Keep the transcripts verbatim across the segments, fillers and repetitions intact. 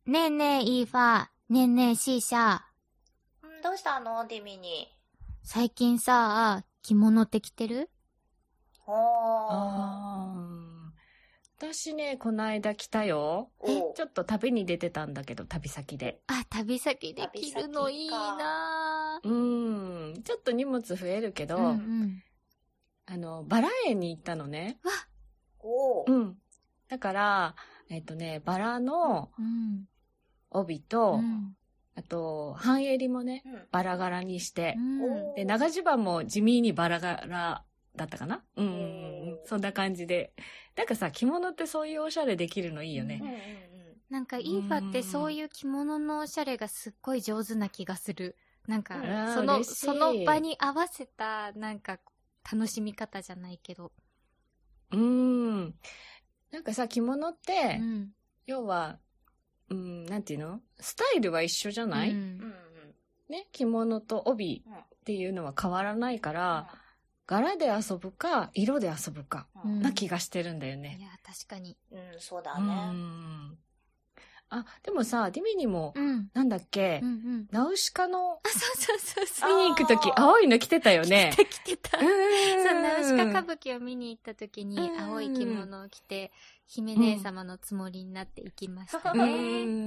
ねえねえイーファー、ねえねえシーシャ。 んどうしたのディミニ。 最近さ、着物って着てる？ おー。 あー私ね、この間来たよ。 おちょっと旅に出てたんだけど、旅先で。 あ、旅先で着るのいいなうーん、ちょっと荷物増えるけど、 うんうん。 あの、バラ園に行ったのね。 おー。 うん。だから、えっとね、バラのうん。 帯と、 うん。 あと、半襟もね、 うんバラ柄にしてう、ん。 おーで、長襦袢も地味にバラ柄だったかな。うんうんうんおーそんな感じで。なんかさ、着物ってそういうおしゃれできるのいいよねうん。うんうん。 なんかイーファってそういう着物のおしゃれがすっごい上手な気がする。なんか、 うんその、 嬉しいその場に合わせた、なんか、楽しみ方じゃないけど。 うーん。なんかさ、着物って、 うん。 要は、うん、なんていうのスタイルは一緒じゃない、 うんうんうんね、着物と帯っていうのは変わらないから、柄で遊ぶか、色で遊ぶか、 うんうんな気がしてるんだよいね。 や、確かに。 うん、そうだうね。 ん。あ、でもさ、ディミにも、 うん。 なんだっけ、 うんうん。 ナウシカのあ、そうそうそうそう。 見に行くとき、青いの着てたよね。 着て着てた。 うそう、 んナウシカ歌舞伎を見に行った時にう、ん青い着物を着て、姫姉様のつもりになって行きましたうね。 ん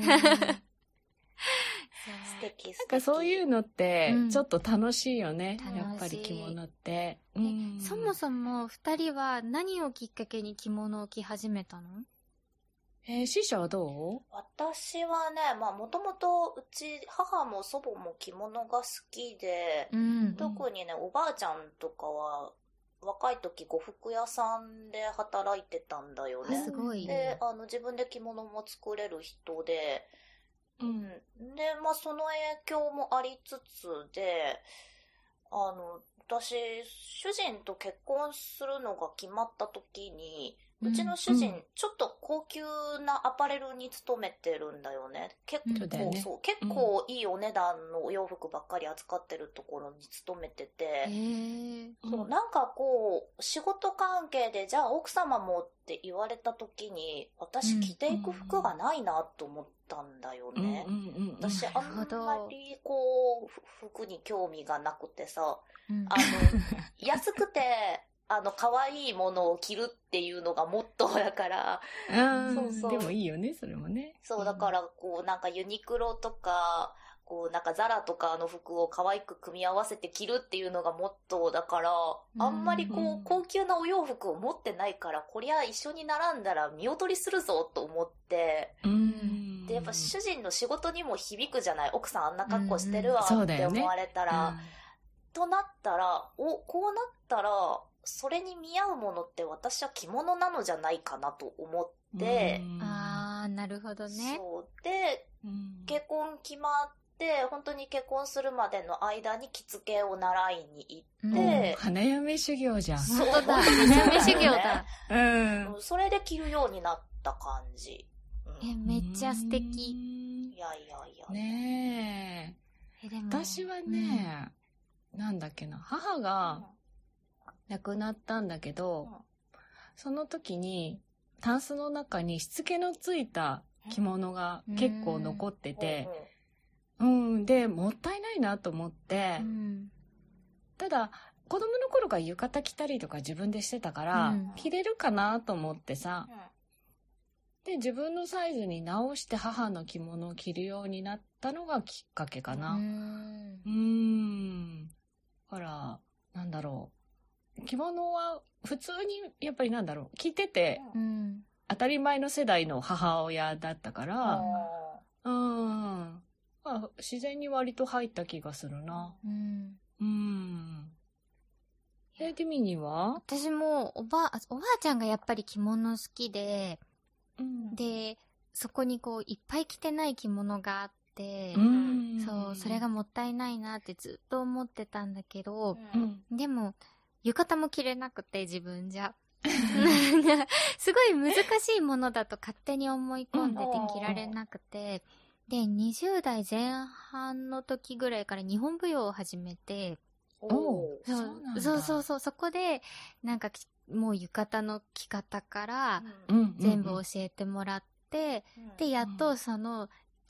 素敵素敵。 なんかそういうのってうん、 ちょっと楽しいよね。 楽しいやっぱり着物って。 えそもそも二人は何をきっかけに着物を着始めたの？ えー、師匠はど私はね、まあもともとうち母も祖母も着物が好きで、 うん。 特にね、おばあちゃんとかは若い時呉服屋さんで働いてたんだよあね。 すごい。 で、あの自分で着物も作れる人で、 ううん。で、まあその影響もありつつで、あの、私、主人と結婚するのが決まった時に、うちの主人、 うんちょっと高級なアパレルに勤めてるんだよね。結構、 そうだよねそう、結構いいお値段のお洋服ばっかり扱ってるところに勤めてて、 へー。 そう、なんかこう、仕事関係で、じゃあ奥様もって言われた時に、私着ていく服がないなと思ったんだよね。 うんうんうんうん私、あんなるほどまりこう、ふ服に興味がなくてさ、 うんあの、安くて、あの、可愛いものを着るっていうのがモットーだから、 うんそうそうでもいいよね、それもね。 そう、だから、こう、なんかユニクロとか、こう、なんかザラとかの服を可愛く組み合わせて着るっていうのがモットーだから、あんまりこうんう、高級なお洋服を持ってないから、こりゃ一緒に並んだら見劣りするぞと思って、 うんで、やっぱ主人の仕事にも響くじゃない。奥さんあんな格好してるわうんうんそうってだよね思われたら、となったら、お、こうなったら、それに見合うものって私は着物なのじゃないかなと思って、 うんあー、なるほどね。 そう。で、 うん結婚決まって本当に結婚するまでの間に着付けを習いに行っうて、 花嫁修行じゃん。 そう本当だ。 本当にそうだよね花嫁修行だ。 うんうんそれで着るようになった感じ、うんえ、めっちゃ素敵。 いやいやいや、 ねえ。 え、でも。 私はね、なんだっけな、母が亡くなったんだけど、 うんその時に、タンスの中にしつけのついた着物が結構残ってて、うん、で、もったいないなと思って、 うん。 ただ、子供の頃から浴衣着たりとか自分でしてたから、 うん着れるかなと思ってさ、 うんで、自分のサイズに直して母の着物を着るようになったのがきっかけかな。 ううんーん。だから、なんだろう。着物は普通に、やっぱりなんだろう。着ててうん。 当たり前の世代の母親だったから、うん。まあ、自然に割と入った気がするな。 うん。 うん。え、ディミには私も、おばあ、おばあちゃんがやっぱり着物好きで、 うんで、そこにこう、いっぱい着てない着物があって、 うん。 そう、それがもったいないなってずっと思ってたんだけど、 うん。 でも、浴衣も着れなくて自分じゃ。すごい難しいものだと勝手に思い込んでてうん着られなくて、で、にじゅう代前半の時ぐらいから日本舞踊を始めて、 おーそうそうなんだそうそうそう、そこで、なんかき、もう浴衣の着方からうん全部教えてもらって、で、やっとその、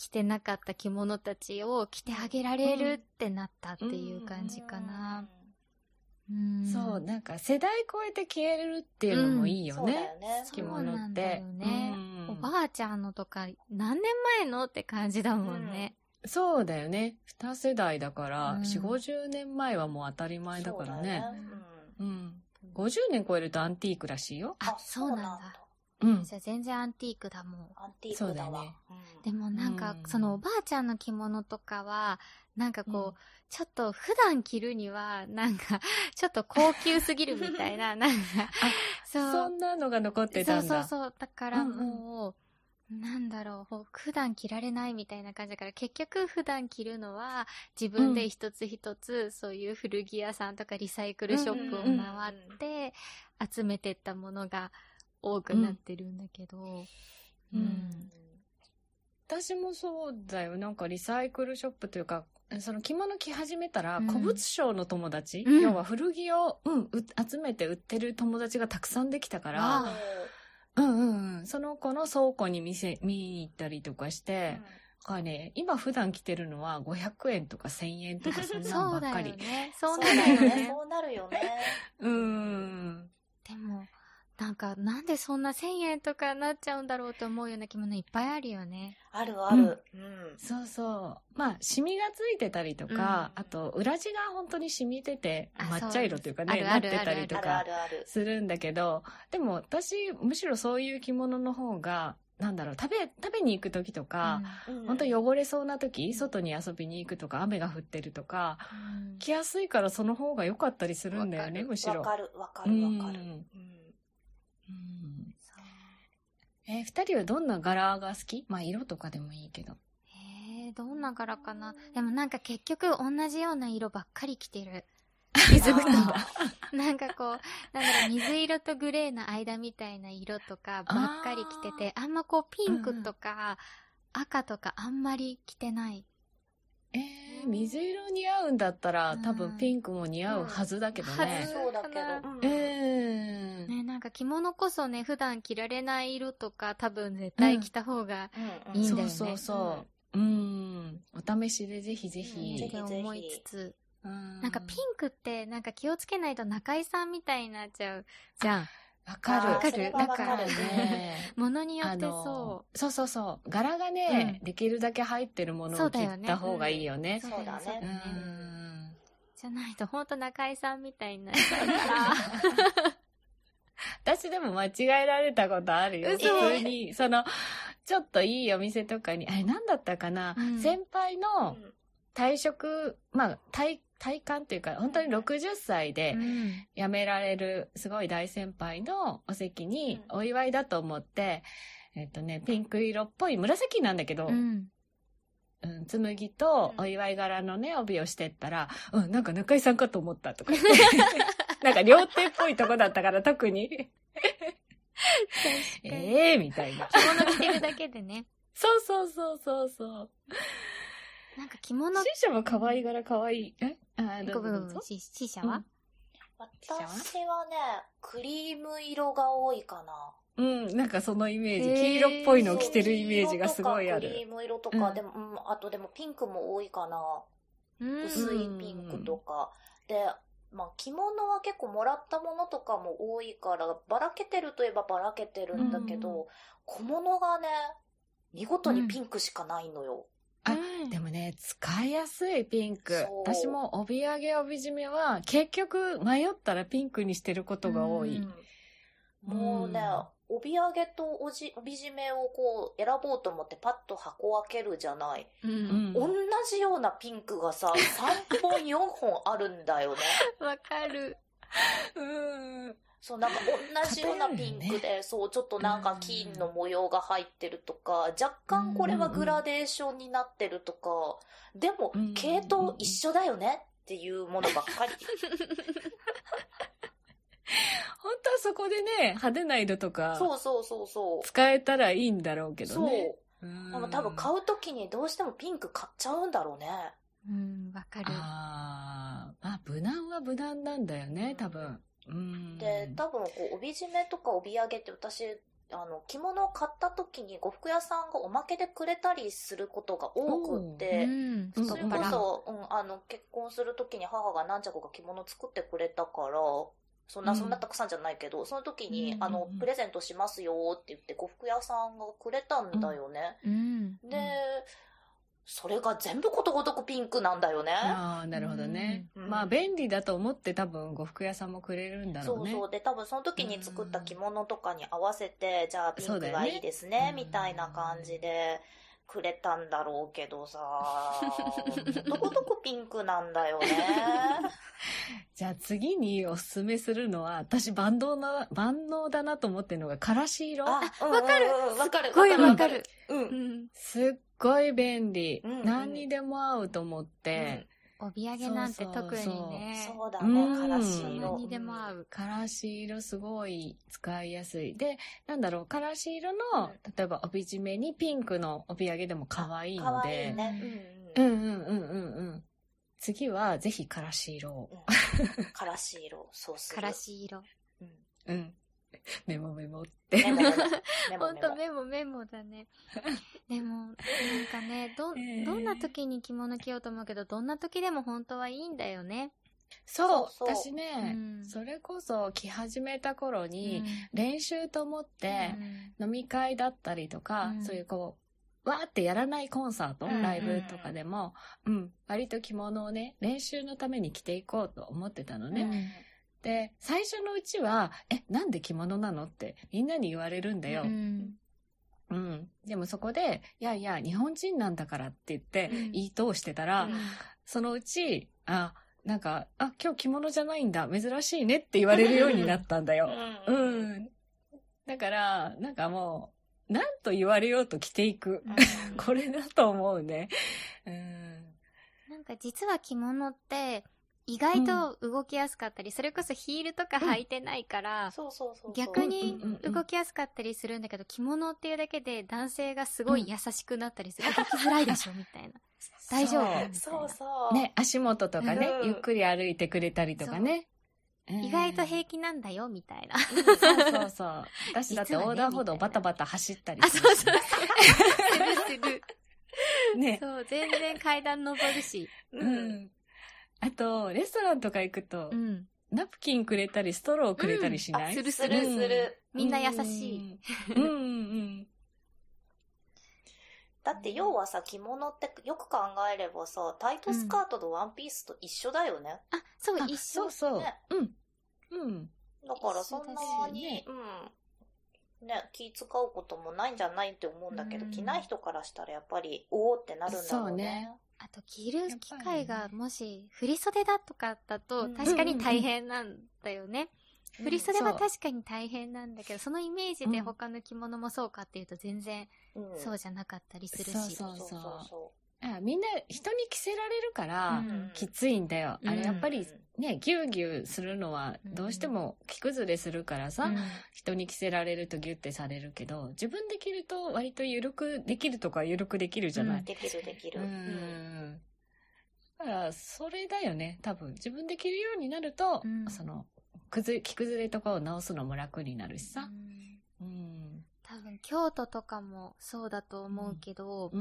着てなかった着物たちを着てあげられるってなったっていう感じかな。うん、 そう、なんか世代超えて着れるっていうのもいいよね。うん、そうだよね。 着物って。 そうなんだよね、うん。おばあちゃんのとか何年前のって感じだもんね。 うん、そうだよね。二世代だから、うん、よん、ごじゅうねんまえはもう当たり前だからね。うん。うん、ごじゅうねん超えるとアンティークらしいよ。 あ、そうなんだ。 うん。 じゃあ全然アンティークだもん。 アンティークだわ。そうだね。 でもなんか、そのおばあちゃんの着物とかは、なんかこう、うん、ちょっと普段着るには、なんか、ちょっと高級すぎるみたいな、なんか、 そう。そんなのが残ってたんだ。 そうそうそう。だからもう、うんうん、なんだろう、普段着られないみたいな感じだから、結局普段着るのは、自分で一つ一つ、うん、そういう古着屋さんとかリサイクルショップを回って、集めてったものが多くなってるんだけど、うんうん、私もそうだよ。なんかリサイクルショップというか、その着物着始めたら、うん、古物商の友達、うん、要は古着を、うん、集めて売ってる友達がたくさんできたから、うんうんうん、その子の倉庫に見せ見に行ったりとかして、うん、ね、今普段着てるのはごひゃくえんとかせんえんとかそんなのばっかり。 そうだよね。 そうなるよね。 うん。 でも、なんか、なんでそんなせんえんとかなっちゃうんだろうと思うような着物いっぱいあるよね。 あるある。うん。うん、 そうそう。まあ、シミがついてたりとか、うん、あと、裏地が本当に染みてて、抹茶色というかね、なってたりとかするんだけど、でも私、むしろそういう着物の方が、なんだろう、食べ、食べに行く時とか、うん、本当汚れそうな時、外に遊びに行くとか、雨が降ってるとか、うん、着やすいからその方が良かったりするんだよね、むしろ。 わかる、わかる、わかる。うんうん、えー、二人はどんな柄が好き？まあ色とかでもいいけど。 えー、どんな柄かな。でもなんか結局同じような色ばっかり着てる。気づくと。なんかこう、なんだろう、水色とグレーの間みたいな色とかばっかり着てて、あ, あんまこうピンクとか赤とかあんまり着てない。 えー、水色似合うんだったら、うん、多分ピンクも似合うはずだけどね。 うん、そうだけど。 えー、 ね、なんか着物こそね、普段着られない色とか多分絶対着た方がいいんだよね。 そうそうそう。うん。お試しでぜひぜひ。 ぜひ思いつつ。うん、なんかピンクってなんか気をつけないと中井さんみたいになっちゃうじゃん。 わかる。 わかる。 だからね。 ものによってそう。 そうそうそう。柄がね、うん、できるだけ入ってるものを着った方がいいよね。 そうだね。 うん。じゃないとほんと中井さんみたいになっちゃうから。 私でも間違えられたことあるよ。普通に、その、ちょっといいお店とかに、あれ何だったかな、うん、先輩の退職、まあ、退、退官っていうか、本当にろくじゅっさいで辞められる、すごい大先輩のお席にお祝いだと思って、えっとね、ピンク色っぽい、紫なんだけど、うんうん、紬とお祝い柄のね、帯をしてったら、うん、なんか中井さんかと思ったとか言って。なんか料亭っぽいとこだったから特に。ええー、みたいな。 着物着てるだけでね。 そうそうそうそうそう。 なんか着物。 シーシャは可愛い柄可愛い。えあ、どうぞどうぞ。シーシャは、うん、 私はね、クリーム色が多いかな。 うん、なんかそのイメージ。黄色っぽいのを着てるイメージがすごいある。 クリーム色とか、でも、うん、あとでもピンクも多いかな。うん、薄いピンクとか。で、まあ着物は結構もらったものとかも多いから、ばらけてるといえばばらけてるんだけど、うん、小物がね、見事にピンクしかないのよ。 うん、あ、でもね、使いやすいピンク。私も帯揚げ帯締めは結局迷ったらピンクにしてることが多い。 うん、もうね、帯揚げとおじ帯締めをこう選ぼうと思ってパッと箱開けるじゃない、うん、同じようなピンクがささんぼんよんほんあるんだよね。 わかる。 うん。そう、なんか同じようなピンクで、ね、そうちょっとなんか金の模様が入ってるとか、若干これはグラデーションになってるとか、でも系統一緒だよねっていうものばっかり。 本当はそこでね、派手な色とか、 そうそうそうそう。 使えたらいいんだろうけどね。 そう。うん、でも多分買うときにどうしてもピンク買っちゃうんだろうね。 うん、わかる。 ああ、まあ無難は無難なんだよね、多分。うん。 で、多分こう帯締めとか帯揚げって私あの、着物を買った時に呉服屋さんがおまけでくれたりすることが多くって、 うん、 それこそ、うん、あの、結婚する時に母が何着か着物作ってくれたから、そんな、そんなたくさんじゃないけど、うん、その時に、うん、あの、プレゼントしますよって言って呉服屋さんがくれたんだよね。 うん、 で、それが全部ことごとくピンクなんだよね。 ああ、なるほどね。うん、まあ、便利だと思って多分呉服屋さんもくれるんだろうね。 そうそう。で、多分その時に作った着物とかに合わせて、じゃあピンクがいいですね、ねみたいな感じでくれたんだろうけどさ、ことごとくピンクなんだよね。 じゃあ次におすすめするのは、私万能な、万能だなと思ってるのがからし色。 あ、 わ、うん、かるわかるすっごいわかる。 うん。 すっごい便利。うんうん、何にでも合うと思って。 うん、帯揚げなんて特にね。 そうだね、からし色。 何にでも合う。 からし色すごい使いやすい。で、なんだろう、からし色の、うん、例えば帯締めにピンクの帯揚げでも可愛いので。 可愛いね。 うんうんうんうんうん。次はぜひからし色を。 うん、からし色、そうする。 からし色。 うん。うん。メモメモって。 メモメモ。 ほんとメモメモだね。でも、なんかね、ど、どんな時に着物着ようと思うけど、どんな時でも本当はいいんだよね。 そう、そうそう私ね、うん、それこそ着始めた頃に、うん、練習と思って、うん、飲み会だったりとか、うん、そういうこう、わーってやらないコンサート、うん、ライブとかでも、うん、割と着物をね、練習のために着ていこうと思ってたのね。うん、で、最初のうちは、え、なんで着物なのってみんなに言われるんだよ。うん。うん。でもそこで、いやいや、日本人なんだからって言って、言い通してたら、うん、そのうち、あ、なんか、あ、今日着物じゃないんだ、珍しいねって言われるようになったんだよ。うん。うん、だから、なんかもう、何と言われようと着ていく。うん、これだと思うね。うん。 なんか実は着物って、意外と動きやすかったり、うん、それこそヒールとか履いてないから、逆に動きやすかったりするんだけど、着物っていうだけで男性がすごい優しくなったりする。うん、動きづらいでしょみたいな。大丈夫みたいな。 そうそう。 ね、足元とかね、うん、ゆっくり歩いてくれたりとかね。 意外と平気なんだよみたいな。 そうそうそう。私だって横断歩道バタバタ走ったりする。あ、そうそうそう。するする。 ね。 そう、全然階段登るし。 うん。あと、レストランとか行くと、うん、ナプキンくれたり、ストローくれたりしない？ うん、するするする。みんな優しい。 うんうん。 だって要はさ、着物ってよく考えればさ、タイトスカートとワンピースと一緒だよね。 うん、あ、そう、一緒。 そうそう。ね、うん。うん。 だからそんなに、ね、うん。ね、気使うこともないんじゃないって思うんだけど、うん、着ない人からしたらやっぱり、おーってなるんだろうね。そうね。 あと、着る機会がもし、振り袖だとかだと、確かに大変なんだよね。うん、振り袖は確かに大変なんだけど、そのイメージで他の着物もそうかっていうと全然そうじゃなかったりするし。 そうそうそうそう。あ、みんな人に着せられるから、きついんだよ。うん、あれやっぱりね、ギューギューするのはどうしても着崩れするからさ、うん、人に着せられるとギュッてされるけど、自分で着ると割と緩くできるとか緩くできるじゃない、うん、 できるできる。うん。 だから、それだよね。多分、自分で着るようになると、うん、その、崩れ、着崩れとかを直すのも楽になるしさ。うん。うん、 多分、京都とかもそうだと思うけど、うん、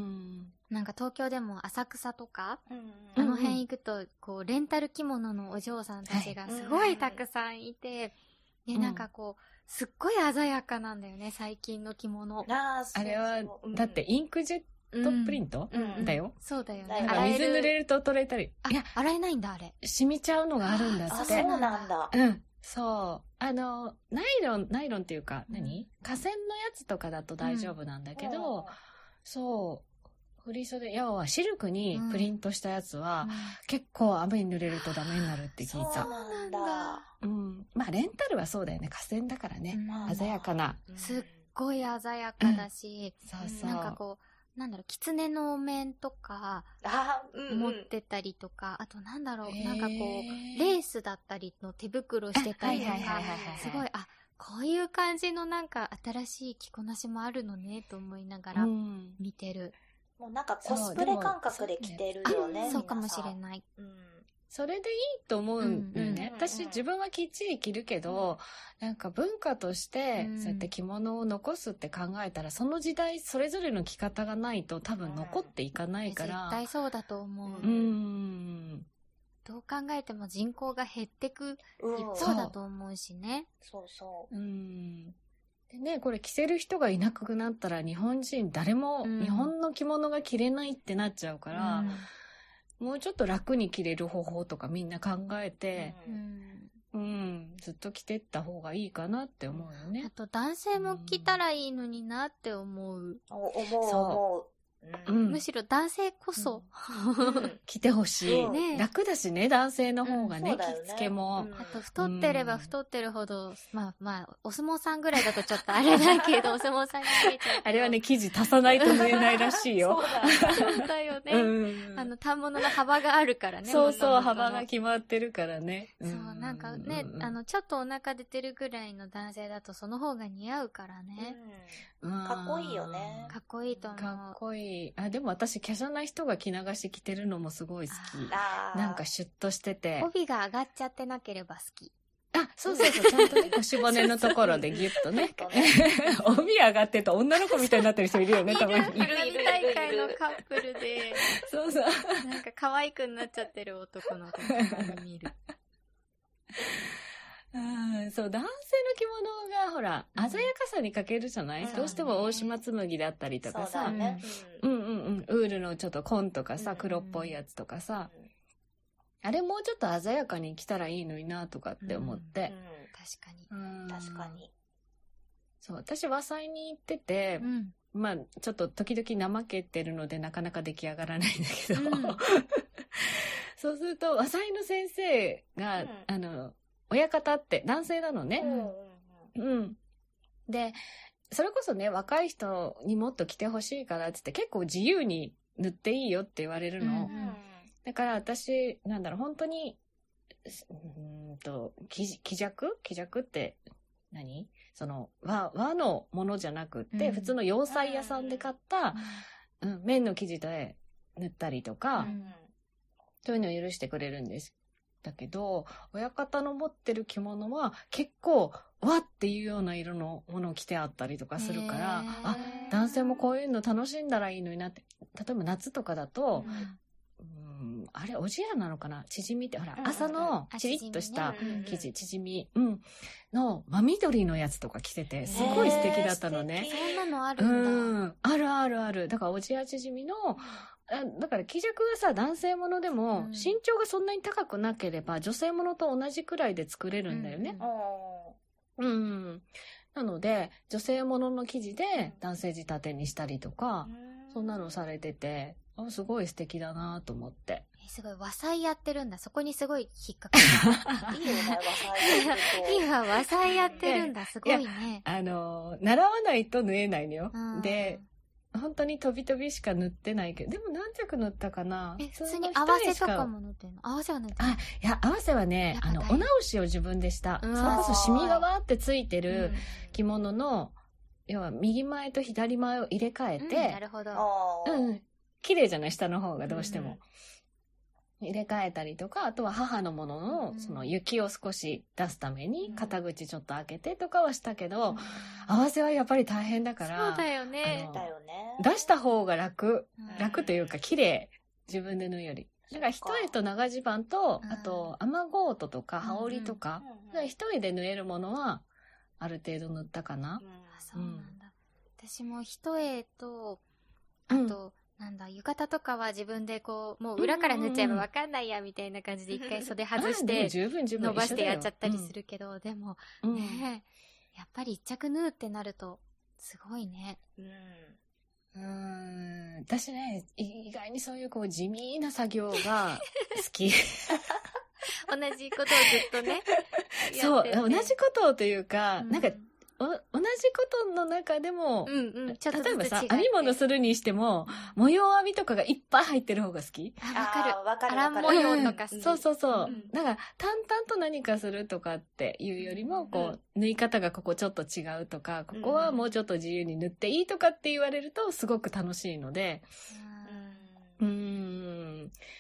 なんか東京でも浅草とか、うん、あの辺行くと、こう、レンタル着物のお嬢さんたちがすごいたくさんいて、で、なんかこう、すっごい鮮やかなんだよね、最近の着物。 あ, あれは、だってインクジェット、トッププリント、うん、だよ。 そうだよね。 水濡れると取れたり。 いや、洗えないんだ、あれ。 染みちゃうのがあるんだって。 あ、そうなんだ。 うん。そう。あの、ナイロン、ナイロンっていうか、何、うん、河川のやつとかだと大丈夫なんだけど、うん、そう。振り袖、要はシルクにプリントしたやつは、うん、結構雨に濡れるとダメになるって聞いた。 そうなんだ。 うん。まあ、レンタルはそうだよね。河川だからね。うん、鮮やかな。 すっごい鮮やかだし、そうそう。なんかこう、なんだろう、狐のお面とか、持ってたりとか、あとなんだろう、なんかこう、レースだったりの手袋してたりとか、すごい、あ、こういう感じのなんか新しい着こなしもあるのね、と思いながら見てる。 もうなんかコスプレ感覚で着てるよね。 そうかもしれない。 うん。 それでいいと思うんだよね。 うんうん、 私自分はきっちり着るけど、うん、なんか文化として、そうやって着物を残すって考えたら、その時代それぞれの着方がないと多分残っていかないから。 絶対そうだと思う。 うん。 どう考えても人口が減ってく一方だと思うしね。 そうそう。 うん。でね、これ着せる人がいなくなったら日本人誰も日本の着物が着れないってなっちゃうから、うんもうちょっと楽に着れる方法とかみんな考えて、うん、うん、ずっと着てった方がいいかなって思うよね。 あと男性も着たらいいのになって思う。 うん、思う思う。 うん、むしろ男性こそ、 うん、着てほしい、ね、楽だしね男性の方がね、うん、着付けも、 うん、あと太ってれば太ってるほど、まあまあお相撲さんぐらいだとちょっとあれだけどお相撲さんに見えちゃう。 あれはね生地足さないと縫えないらしいよ。 そうだよね、うん、あの反物の幅があるからね。 そうそう幅が決まってるからね。 そうなんかね、うん、あのちょっとお腹出てるぐらいの男性だとその方が似合うからね、 うん、かっこいいよね。 かっこいいと思う。 かっこいい。あでも私華奢な人が着流し着てるのもすごい好き。なんかシュッとしてて帯が上がっちゃってなければ好き。 あ、そうそうそう、ちゃんとね、腰骨のところでギュッとね。帯上がってると女の子みたいになってる人いるよね、たまに。 いるいる大会のカップルで。 そうそう。 なんか可愛くなっちゃってる男の子が見る。 あそう、男性の着物がほら、鮮やかさに欠けるじゃない、うん、どうしても大島紬だったりとかさ、ね、うんうんうん、ウールのちょっと紺とかさ、黒っぽいやつとかさ、うんあれもうちょっと鮮やかに着たらいいのになとかって思って。うんうん、 確かに、 うん。確かに。 そう、私和裁に行ってて、うん、まあちょっと時々怠けてるのでなかなか出来上がらないんだけど、うん、そうすると和裁の先生が、うん、あの、親方って男性なのね。うん。うん、で、それこそね、若い人にもっと着てほしいからってって結構自由に塗っていいよって言われるの。うんうんだから私、なんだろう、本当に、うんと、気弱気弱って何その和、和のものじゃなくって、うん、普通の洋裁屋さんで買った、うんうん、綿の生地で塗ったりとか、うん、そういうのを許してくれるんです。だけど、親方の持ってる着物は結構、和っていうような色のものを着てあったりとかするから、あ、男性もこういうの楽しんだらいいのになって、例えば夏とかだと、うんうん、あれ、おじやなのかな縮みって、ほら、うん、朝のチリッとした生地、縮み、うん、の真緑のやつとか着てて、すごい素敵だったのね。 そんなのあるんだ。 うん、あるあるある。だからおじや縮みの、だから気弱はさ、男性ものでも、身長がそんなに高くなければ、女性ものと同じくらいで作れるんだよね。うん。うん、なので、女性ものの生地で男性仕立てにしたりとか、そんなのされてて、すごい素敵だなと思って。 え、すごい和裁やってるんだ。そこにすごい引っかかる。 いいよね、和裁やってると。 いいわ、和裁やってるんだ。すごいね。 あの、習わないと縫えないのよ。で、本当に飛び飛びしか塗ってないけど、でも何着塗ったかなえ、普通に合わせとかも塗ってんの合わせは塗ってんのあ、いや、合わせはね、あの、お直しを自分でした。それこそシミがわーってついてる着物の、要は右前と左前を入れ替えて、うん、 なるほど。 うん。綺麗じゃない下の方がどうしても、うん、入れ替えたりとかあとは母のものの、うん、その雪を少し出すために肩口ちょっと開けてとかはしたけど、うん、合わせはやっぱり大変だからそうだよねだよね出した方が楽、うん、楽というか綺麗自分で縫うよりだから一重と長襦袢と、うん、あと雨ゴートとか羽織とか、うん、一重で縫えるものはある程度縫ったかな、 うん、そうなんだ、私も一重とあと、うんなんだ、浴衣とかは自分でこう、もう裏から縫っちゃえばわかんないや、みたいな感じで一回袖外して、伸ばしてやっちゃったりするけど、でも、ねえ、やっぱり一着縫うってなると、すごいね。 うん。うーん。私ね、意外にそういうこう地味な作業が好き。 同じことをずっとね。 そう、同じことをというか、なんか、お同じことの中でも、 うんうん、ちょっと例えばさ、編み物するにしても、模様編みとかがいっぱい入ってる方が好き。 あ、わかる。 わかる。 アラン模様とか好き、 うん。そうそうそう。うん、だから、淡々と何かするとかっていうよりも、こう、うん、縫い方がここちょっと違うとか、ここはもうちょっと自由に縫っていいとかって言われると、すごく楽しいので、うん、うーん。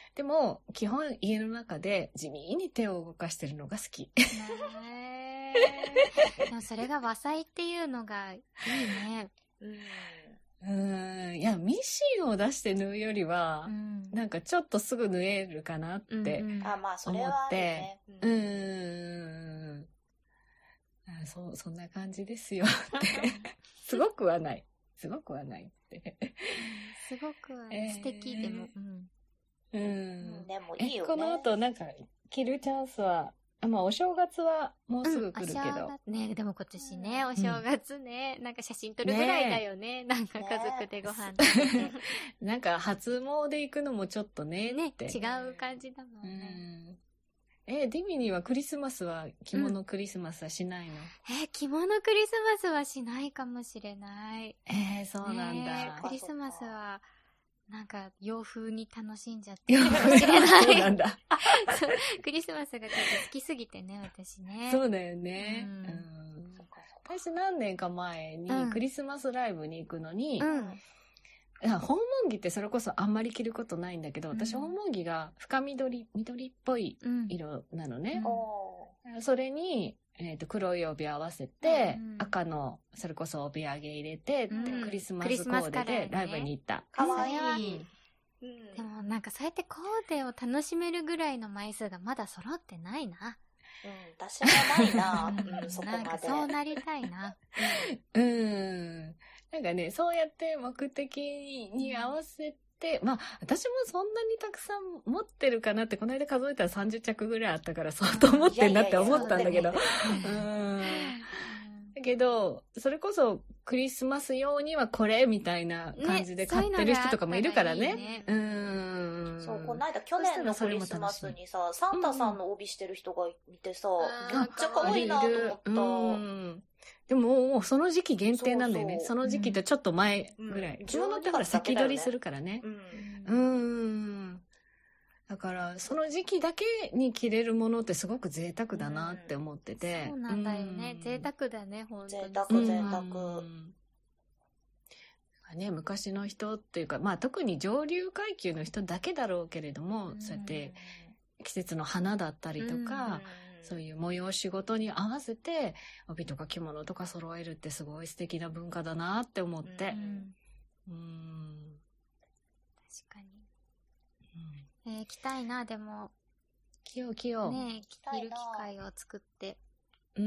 でも、基本家の中で地味に手を動かしてるのが好き。 ねえ。でもそれが和裁っていうのがいいね。 うん。 うーん。いや、ミシンを出して縫うよりは、 うん、 なんかちょっとすぐ縫えるかなって思って。 うんうん、あ、まあ、それはあるね。 うーん。あ、そう、そんな感じですよって。すごくはない。すごくはないって。 すごくは素敵、えー、でも。うん。 うん。 でもいいよね。 この後なんか着るチャンスは、あ、まあお正月はもうすぐ来るけど。 うん、ね、でも今年ね、お正月ね、うん、なんか写真撮るぐらいだよね。ね、なんか家族でご飯食べて。ね、 なんか初詣行くのもちょっとねって。 ね、違う感じだもんね。 うん、え、ディミニーはクリスマスは、着物クリスマスはしないの？うん、 え、着物クリスマスはしないかもしれない。 えー、そうなんだ。 ね、クリスマスは、なんか洋風に楽しんじゃってるかもしれない。 そうなんだ。 クリスマスがちょっと好きすぎてね、私ね。 そうだよね。うん。うん、私何年か前にクリスマスライブに行くのに、うん、訪問着ってそれこそあんまり着ることないんだけど、私訪問着が深緑、緑っぽい色なのね。うん、それに、えっと、黒い帯合わせて、うん、赤の、それこそ帯揚げ入れて、うん、クリスマスコーデでライブに行った。 かわいい。 うん、でもなんかそうやってコーデを楽しめるぐらいの枚数がまだ揃ってないな。 うん、私はないな。うん、そこまで。 なんかそうなりたいな。 うん。なんかね、そうやって目的に合わせて、うん、まあ、私もそんなにたくさん持ってるかなって、この間数えたらさんじゅっちゃくぐらいあったから、相当持ってんなって思ったんだけど。だけど、それこそクリスマス用にはこれみたいな感じで買ってる人とかもいるからね。ね、うん。 そう、この間去年のクリスマスにさ、サンタさんの帯してる人がいてさ、うん、めっちゃ可愛いなと思った。うん、 でももうその時期限定なんだよね。そうそう、その時期とちょっと前ぐらい。着物ってほら先取りするからね。うん。うんだから、その時期だけに着れるものってすごく贅沢だなって思ってて。 そうなんだよね。うん、贅沢だね、本当に。 贅沢、贅沢。うんね、昔の人っていうか、まあ特に上流階級の人だけだろうけれども、うん、そうやって季節の花だったりとか、うん、そういう催し事に合わせて、帯とか着物とか揃えるってすごい素敵な文化だなって思って。うん。うん確かに。うん、えー、着たいな、でも。 着よう着よう。 ねえ、着る機会を作って。 うん。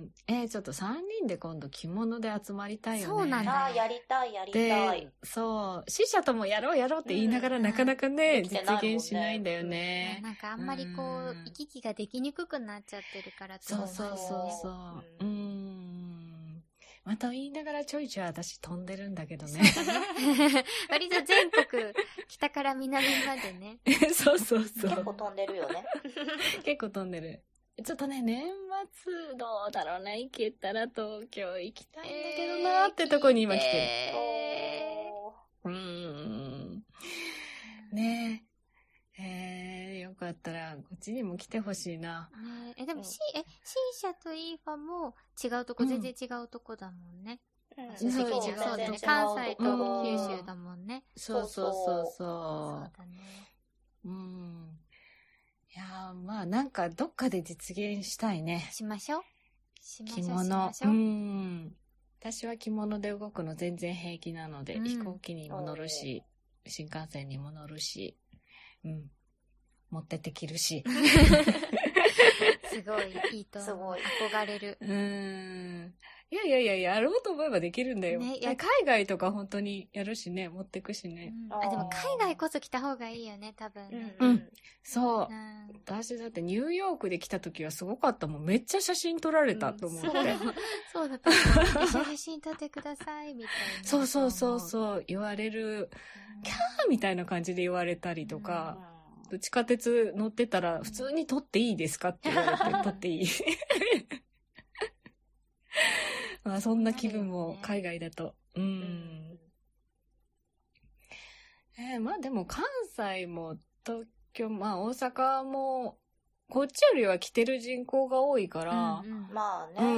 えー、ちょっとさんにんで今度着物で集まりたいよね。 そうなんだ。 あ、やりたい、やりたい。 そう。死者ともやろうやろうって言いながら、うん、なかなかね、実現しないんだよね。 なんかあんまりこう、行き来ができにくくなっちゃってるからってそうそうそうそう。うん。うんまた言いながらちょいちょい私飛んでるんだけどね。 割と全国、北から南までね。 そうそうそう。 結構飛んでるよね。 結構飛んでる。ちょっとね、年末どうだろうな、行けたら東京行きたいんだけどなーってとこに今来てる。えー、うーん。ねえ。えー、よかったら、こっちにも来てほしいな。 ねえ、でも、C、うん、え、C 社と イーファ も違うとこ、うん、全然違うとこだもんね。うん、そうそうそうだね。関西と九州だもんね。 そうそうそうそう。 そうだね。 うん。いやー、まあなんかどっかで実現したいね。 しましょう。しましょう。 着物。うん。私は着物で動くの全然平気なので、うん、飛行機にも乗るし、新幹線にも乗るし、うん。持ってって着るし。 すごい、いいと思う。すごい。憧れる。 うーん。いやいやいや、やろうと思えばできるんだよ。ね、海外とか本当にやるしね、持ってくしね。 うん、あ、でも海外こそ来た方がいいよね、多分ね。 うん。うん、そう、うん。私だってニューヨークで来た時はすごかったもん。めっちゃ写真撮られたと思って。うん、 そうそうだった。一緒に写真撮ってください、みたいな。 そうそうそうそう、言われる。キャーみたいな感じで言われたりとか。うん、地下鉄乗ってたら普通に撮っていいですかって言われて、撮っていい。まあそんな気分も海外だと。うん。うん、えー、まあでも関西も東京、まあ大阪も、こっちよりは来てる人口が多いから。 うんうん、まあね。 うん。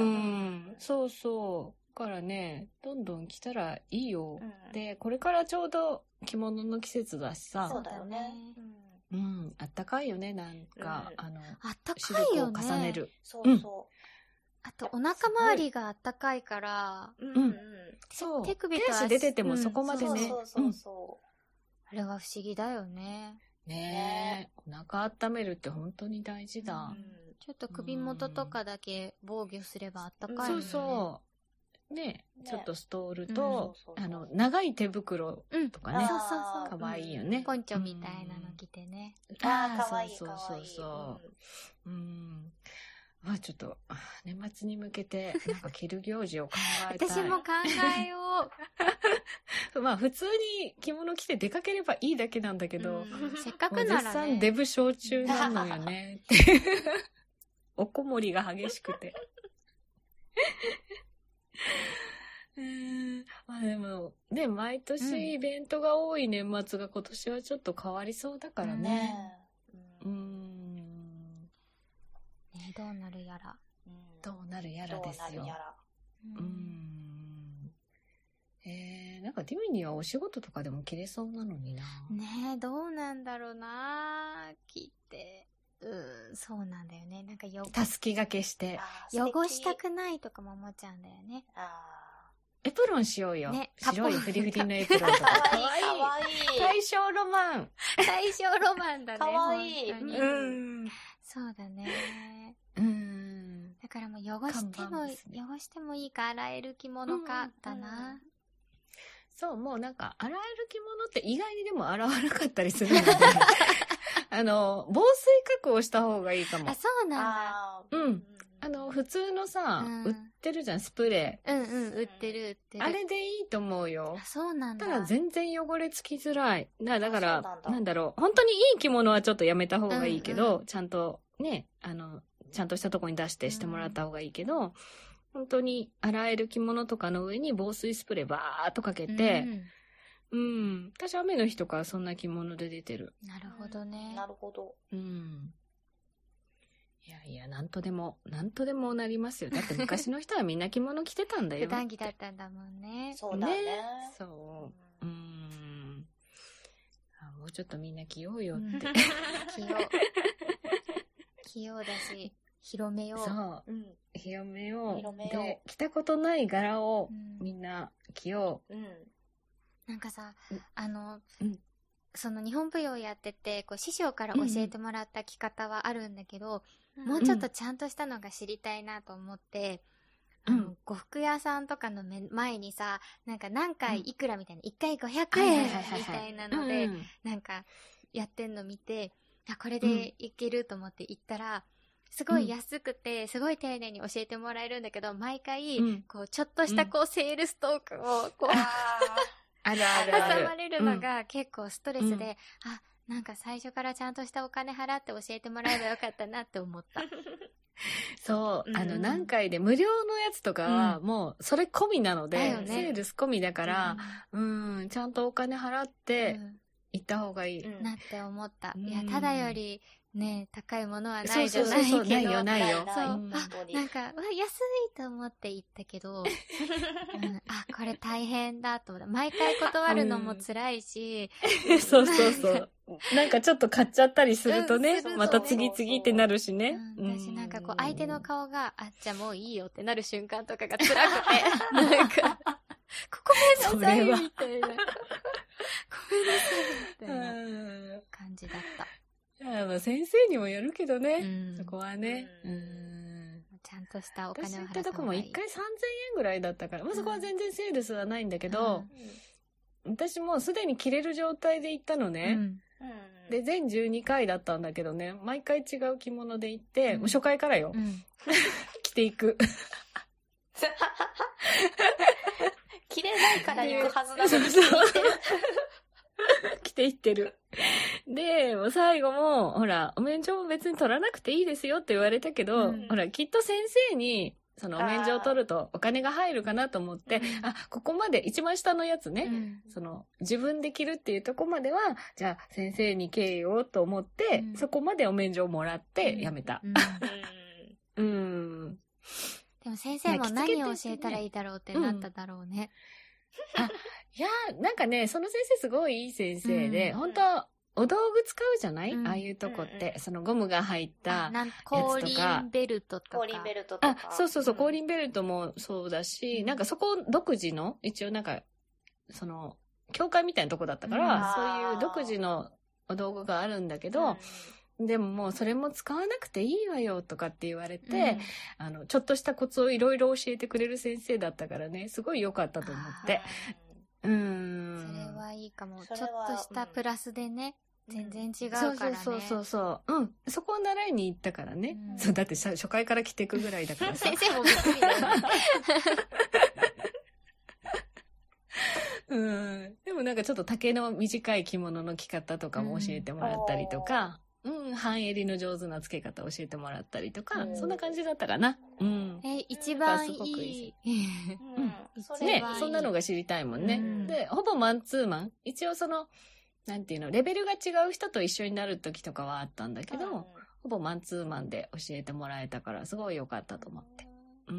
そうそう。だからね、どんどん来たらいいよ。うん、で、これからちょうど着物の季節だしさ。 そうだよね。 うん。 ん、あったかいよね、なんか、うん、あの、 あったかいよね。 シルクを重ねる。 そうそう。 あと、お腹周りがあったかいから、 うんうん。 そう。 手首と手足出ててもそこまでね。 そうそうそう。 あれは不思議だよね。 ねえ。お腹温めるって本当に大事だ。 ちょっと首元とかだけ防御すればあったかいよね。 そうそう。ねちょっとストールと、あの、長い手袋とかね。 そうそうそう。 かわいいよね。 ポンチョみたいなの着てね。 ああ、かわいい。 そうそうそう。うん。まあちょっと、年末に向けて、なんか着る行事を考えたい。 私も考えよう。まあ普通に着物着て出かければいいだけなんだけど、 せっかくならね。 絶賛デブ症中なのよね。おこもりが激しくて。うーんまあでも、ね、毎年イベントが多い年末が今年はちょっと変わりそうだからね。うん。うんね、どうなるやら。 どうなるやらですよ。どうなるやら。うん。うんえー、なんかディミにはお仕事とかでも着れそうなのにな。 ねえ、どうなんだろうな着て。うん、そうなんだよね。なんかよ、 たすきがけして。 汚したくないとかも思っちゃうんだよね。 あエプロンしようよ。ね、白いフリフリのエプロンとか。 かわいい。かわいい。 大正ロマン。 大正ロマンだね。 かわいい。 うん。そうだね。うん。だからもう汚しても、ね、汚してもいいか洗える着物かだな。うんそう、もうなんか、洗える着物って意外にでも洗わなかったりするので、あの、防水加工した方がいいかも。 あ、そうなんだ。うん。あの、普通のさ、うん、売ってるじゃん、スプレー。うんうん、売ってる売ってる。 あれでいいと思うよ。 あ、そうなんだ。 ただ全然汚れつきづらい。だだから、な, なんだろう、本当にいい着物はちょっとやめた方がいいけど、うんうん、ちゃんとね、あの、ちゃんとしたとこに出してしてもらった方がいいけど、うん本当に洗える着物とかの上に防水スプレーバーっとかけて、うん、うん。私雨の日とかそんな着物で出てる。 なるほどね。 なるほど。 うん。いやいや、なんとでも、なんとでもなりますよ。だって昔の人はみんな着物着てたんだよ。 普段着だったんだもんね。 そうだね。ねそう。うん。あ、もうちょっとみんな着ようよって。 着よう。着ようだし。広めよう。 そう。うん、広めよう。広めよう。で、着たことない柄をみんな着よう。うん。 なんかさ、うん、あの、うん、その日本舞踊やってて、こう師匠から教えてもらった着方はあるんだけど、うん、もうちょっとちゃんとしたのが知りたいなと思って、うん、あの、呉服屋さんとかの前にさ、なんか何回いくらみたいな、いっかいごひゃくえんみたいなので、なんかやってんの見て、あ、これでいけると思って行ったら、すごい安くて、うん、すごい丁寧に教えてもらえるんだけど、毎回、うん、こう、ちょっとしたこう、うん、セールストークを、こう、 あるあるある。 挟まれるのが結構ストレスで、うん、あ、なんか最初からちゃんとしたお金払って教えてもらえばよかったなって思った。 そう、あの、何回で、無料のやつとかは、もう、それ込みなので、うんね、セールス込みだから、うん、うん、ちゃんとお金払って、行った方がいい。 うん、なって思った。いや、ただより、ね高いものはないじゃないけど。そうそうそう、ないよないよ。 そう。あ、なんか、わ、安いと思って行ったけど、うん、あ、これ大変だと思った。毎回断るのも辛いし。 うん、そうそうそう。なんかちょっと買っちゃったりするとね、うん、また次々ってなるしね。 うん、私なんかこう、相手の顔が、あ、じゃあもういいよってなる瞬間とかが辛くて、なんか、ごめんなさいみたいな。ごめんなさいみたいな感じだった。 いや、先生にもよるけどね、うん、そこはね、うん。 ちゃんとしたお金を払った方がいい。 私行ったとこもいっかいさんぜんえんぐらいだったから、まあ、そこは全然セールスはないんだけど、うん、私もうすでに着れる状態で行ったのね。うん、で、全じゅうにかいだったんだけどね、毎回違う着物で行って、うん、もう初回からよ。うん、着ていく。 着れないから行くはずなのに。 着ていってる。で、もう最後も、ほら、お免状も別に取らなくていいですよって言われたけど、うん、ほら、きっと先生に、そのお免状取るとお金が入るかなと思って、あ, あ、ここまで、一番下のやつね、うん、その、自分で着るっていうとこまでは、じゃあ先生に敬意をと思って、うん、そこまでお免状もらってやめた。うん。うん、 でも先生も何を教えたらいいだろうってなっただろうね。 あ、いや、なんかね、その先生すごいいい先生で、うん、本当はお道具使うじゃない、 うん、 ああいうとこって、 うんうん、 そのゴムが入ったやつとか。 後輪ベルトとか。 後輪ベルトとか。 あ、そうそうそう、後輪ベルトもそうだし、うん、なんかそこ独自の、一応なんか、その、教会みたいなとこだったから、うん、そういう独自のお道具があるんだけど、うん、でももうそれも使わなくていいわよとかって言われて、うん、あの、ちょっとしたコツをいろいろ教えてくれる先生だったからね、すごい良かったと思って。うん。 それはいいかも。ちょっとしたプラスでね。全然違うからね。 そうそうそうそう。うん。そこを習いに行ったからね。うん、そう、だってさ、初回から着ていくぐらいだからさ。 先生もびっくりだよね。 うん。でもなんかちょっと丈の短い着物の着方とかも教えてもらったりとか、うん、うん、半襟の上手な付け方教えてもらったりとか、うん、そんな感じだったかな。うん。 え、一番いい。 うん。ね、そんなのが知りたいもんね。うん、で、ほぼマンツーマン。一応その、なんていうの、レベルが違う人と一緒になる時とかはあったんだけど、うん、ほぼマンツーマンで教えてもらえたから、すごい良かったと思って。うん。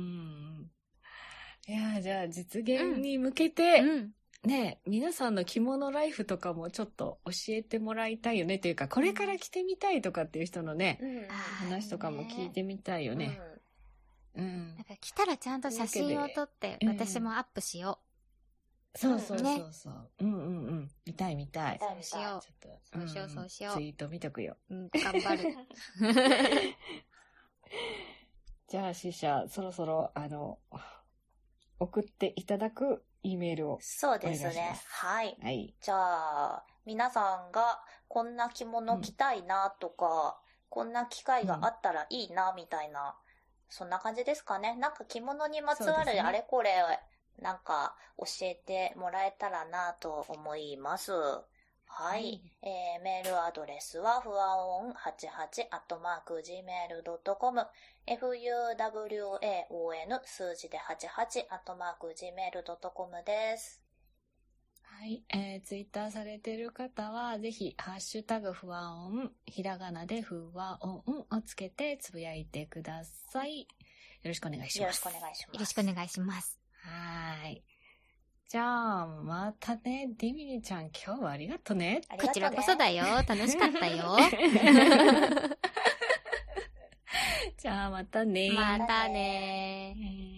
いや、じゃあ実現に向けて、うん、ね、皆さんの着物ライフとかもちょっと教えてもらいたいよねというか、これから着てみたいとかっていう人のね、うん、話とかも聞いてみたいよね。 うん。うん、なんか着たらちゃんと写真を撮って、私もアップしよう。 そうそうそうそう。うんうんうん。見たい見たい。 そうしよう。ちょっと、そうしようそうしよう。 ツイート見とくよ。 うん、頑張る。 じゃあ、シーシャ、そろそろ、あの、送っていただく E メールをお願いします。 そうですね。はい。 はい。 じゃあ、皆さんがこんな着物着たいなとか、うん、こんな機会があったらいいなみたいな、うん、そんな感じですかね。なんか着物にまつわるあれこれ、なんか教えてもらえたらなと思います。はい。はい、えー、メールアドレスはふわおんはちはちアットマークジーメールドットコム フワオン 数字ではちはちアットマークジーメールドットコム です。 はい、えー、ツイッターされてる方はぜひハッシュタグふわおん、ひらがなでふわおんをつけてつぶやいてください。よろしくお願いします。 よろしくお願いします。 よろしくお願いします。 はい。じゃあ、またね、ディミニちゃん、今日はありがとね。 こちらこそだよ。楽しかったよ。 じゃあ、またね。 またね。